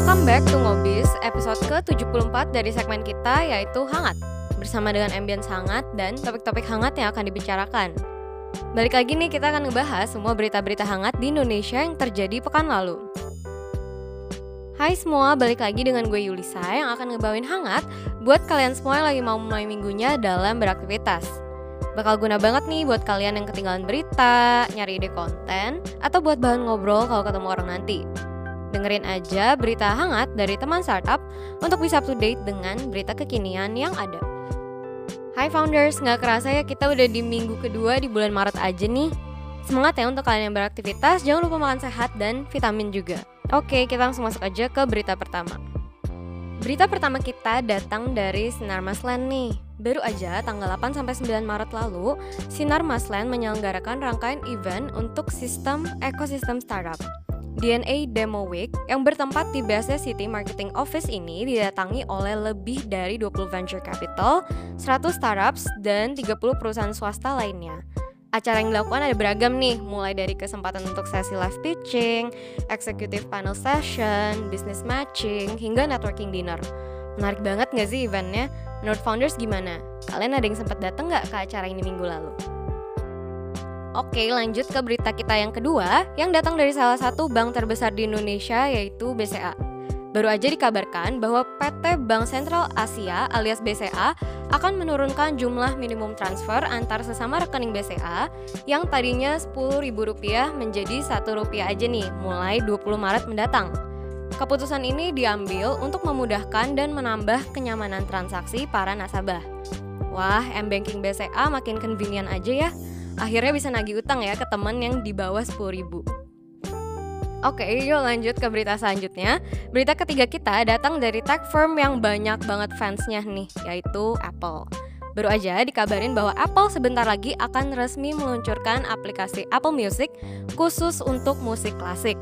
Welcome back to Ngobis, episode ke-74 dari segmen kita yaitu Hangat. Bersama dengan ambience hangat dan topik-topik hangat yang akan dibicarakan. Balik lagi nih, kita akan ngebahas semua berita-berita hangat di Indonesia yang terjadi pekan lalu. Hai semua, balik lagi dengan gue Yulisa yang akan ngebawain hangat buat kalian semua yang lagi mau mulai minggunya dalam beraktivitas. Bakal guna banget nih buat kalian yang ketinggalan berita, nyari ide konten, atau buat bahan ngobrol kalau ketemu orang nanti. Dengerin aja berita hangat dari teman startup untuk bisa up to date dengan berita kekinian yang ada. Hai founders, gak kerasa ya kita udah di minggu kedua di bulan Maret aja nih. Semangat ya untuk kalian yang beraktivitas, jangan lupa makan sehat dan vitamin juga. Oke, kita langsung masuk aja ke berita pertama. Berita pertama kita datang dari Sinar Masland nih. Baru aja tanggal 8-9 Maret lalu, Sinar Masland menyelenggarakan rangkaian event untuk sistem ekosistem startup. DNA Demo Week yang bertempat di BSD City Marketing Office ini didatangi oleh lebih dari 20 venture capital, 100 startups, dan 30 perusahaan swasta lainnya. Acara yang dilakukan ada beragam nih, mulai dari kesempatan untuk sesi live pitching, executive panel session, business matching, hingga networking dinner. Menarik banget gak sih eventnya? Menurut founders gimana? Kalian ada yang sempat datang gak ke acara ini minggu lalu? Oke, lanjut ke berita kita yang kedua yang datang dari salah satu bank terbesar di Indonesia yaitu BCA. Baru aja dikabarkan bahwa PT Bank Sentral Asia alias BCA akan menurunkan jumlah minimum transfer antar sesama rekening BCA yang tadinya Rp10.000 menjadi Rp1 aja nih mulai 20 Maret mendatang. Keputusan ini diambil untuk memudahkan dan menambah kenyamanan transaksi para nasabah. Wah, m-banking BCA makin convenient aja ya. Akhirnya bisa nagih utang ya ke teman yang di bawah 10.000. Oke, yuk lanjut ke berita selanjutnya. Berita ketiga kita datang dari tech firm yang banyak banget fansnya nih, yaitu Apple. Baru aja dikabarin bahwa Apple sebentar lagi akan resmi meluncurkan aplikasi Apple Music khusus untuk musik klasik.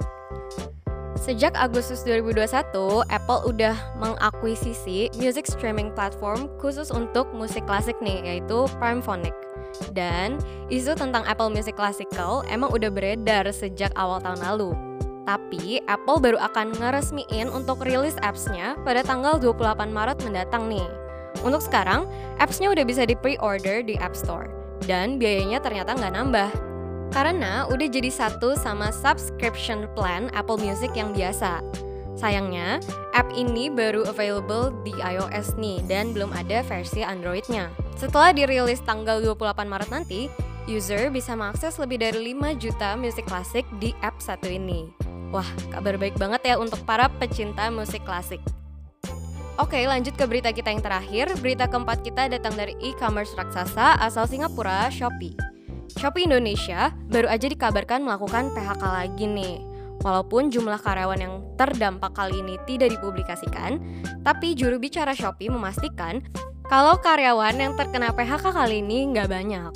Sejak Agustus 2021, Apple udah mengakuisisi music streaming platform khusus untuk musik klasik nih, yaitu Primephonic. Dan isu tentang Apple Music Classical emang udah beredar sejak awal tahun lalu. Tapi Apple baru akan ngeresmiin untuk rilis apps-nya pada tanggal 28 Maret mendatang nih. Untuk sekarang, apps-nya udah bisa di pre-order di App Store. Dan biayanya ternyata nggak nambah. Karena udah jadi satu sama subscription plan Apple Music yang biasa. Sayangnya, app ini baru available di iOS nih dan belum ada versi Android-nya. Setelah dirilis tanggal 28 Maret nanti, user bisa mengakses lebih dari 5 juta musik klasik di app satu ini. Wah, kabar baik banget ya untuk para pecinta musik klasik. Oke, lanjut ke berita kita yang terakhir. Berita keempat kita datang dari e-commerce raksasa asal Singapura, Shopee. Shopee Indonesia baru aja dikabarkan melakukan PHK lagi nih. Walaupun jumlah karyawan yang terdampak kali ini tidak dipublikasikan, tapi juru bicara Shopee memastikan kalau karyawan yang terkena PHK kali ini nggak banyak.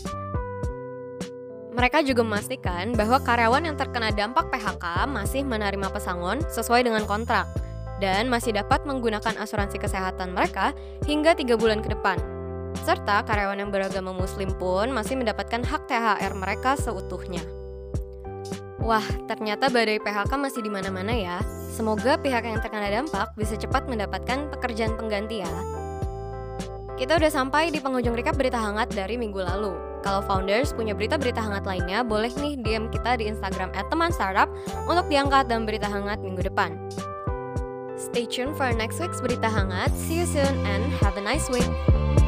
Mereka juga memastikan bahwa karyawan yang terkena dampak PHK masih menerima pesangon sesuai dengan kontrak dan masih dapat menggunakan asuransi kesehatan mereka hingga 3 bulan ke depan. Serta karyawan yang beragama muslim pun masih mendapatkan hak THR mereka seutuhnya. Wah, ternyata badai PHK masih di mana-mana ya. Semoga pihak yang terkena dampak bisa cepat mendapatkan pekerjaan pengganti ya. Kita udah sampai di penghujung recap berita hangat dari minggu lalu. Kalau founders punya berita-berita hangat lainnya, boleh nih DM kita di Instagram @temanstartup untuk diangkat dalam berita hangat minggu depan. Stay tuned for next week's berita hangat. See you soon and have a nice week.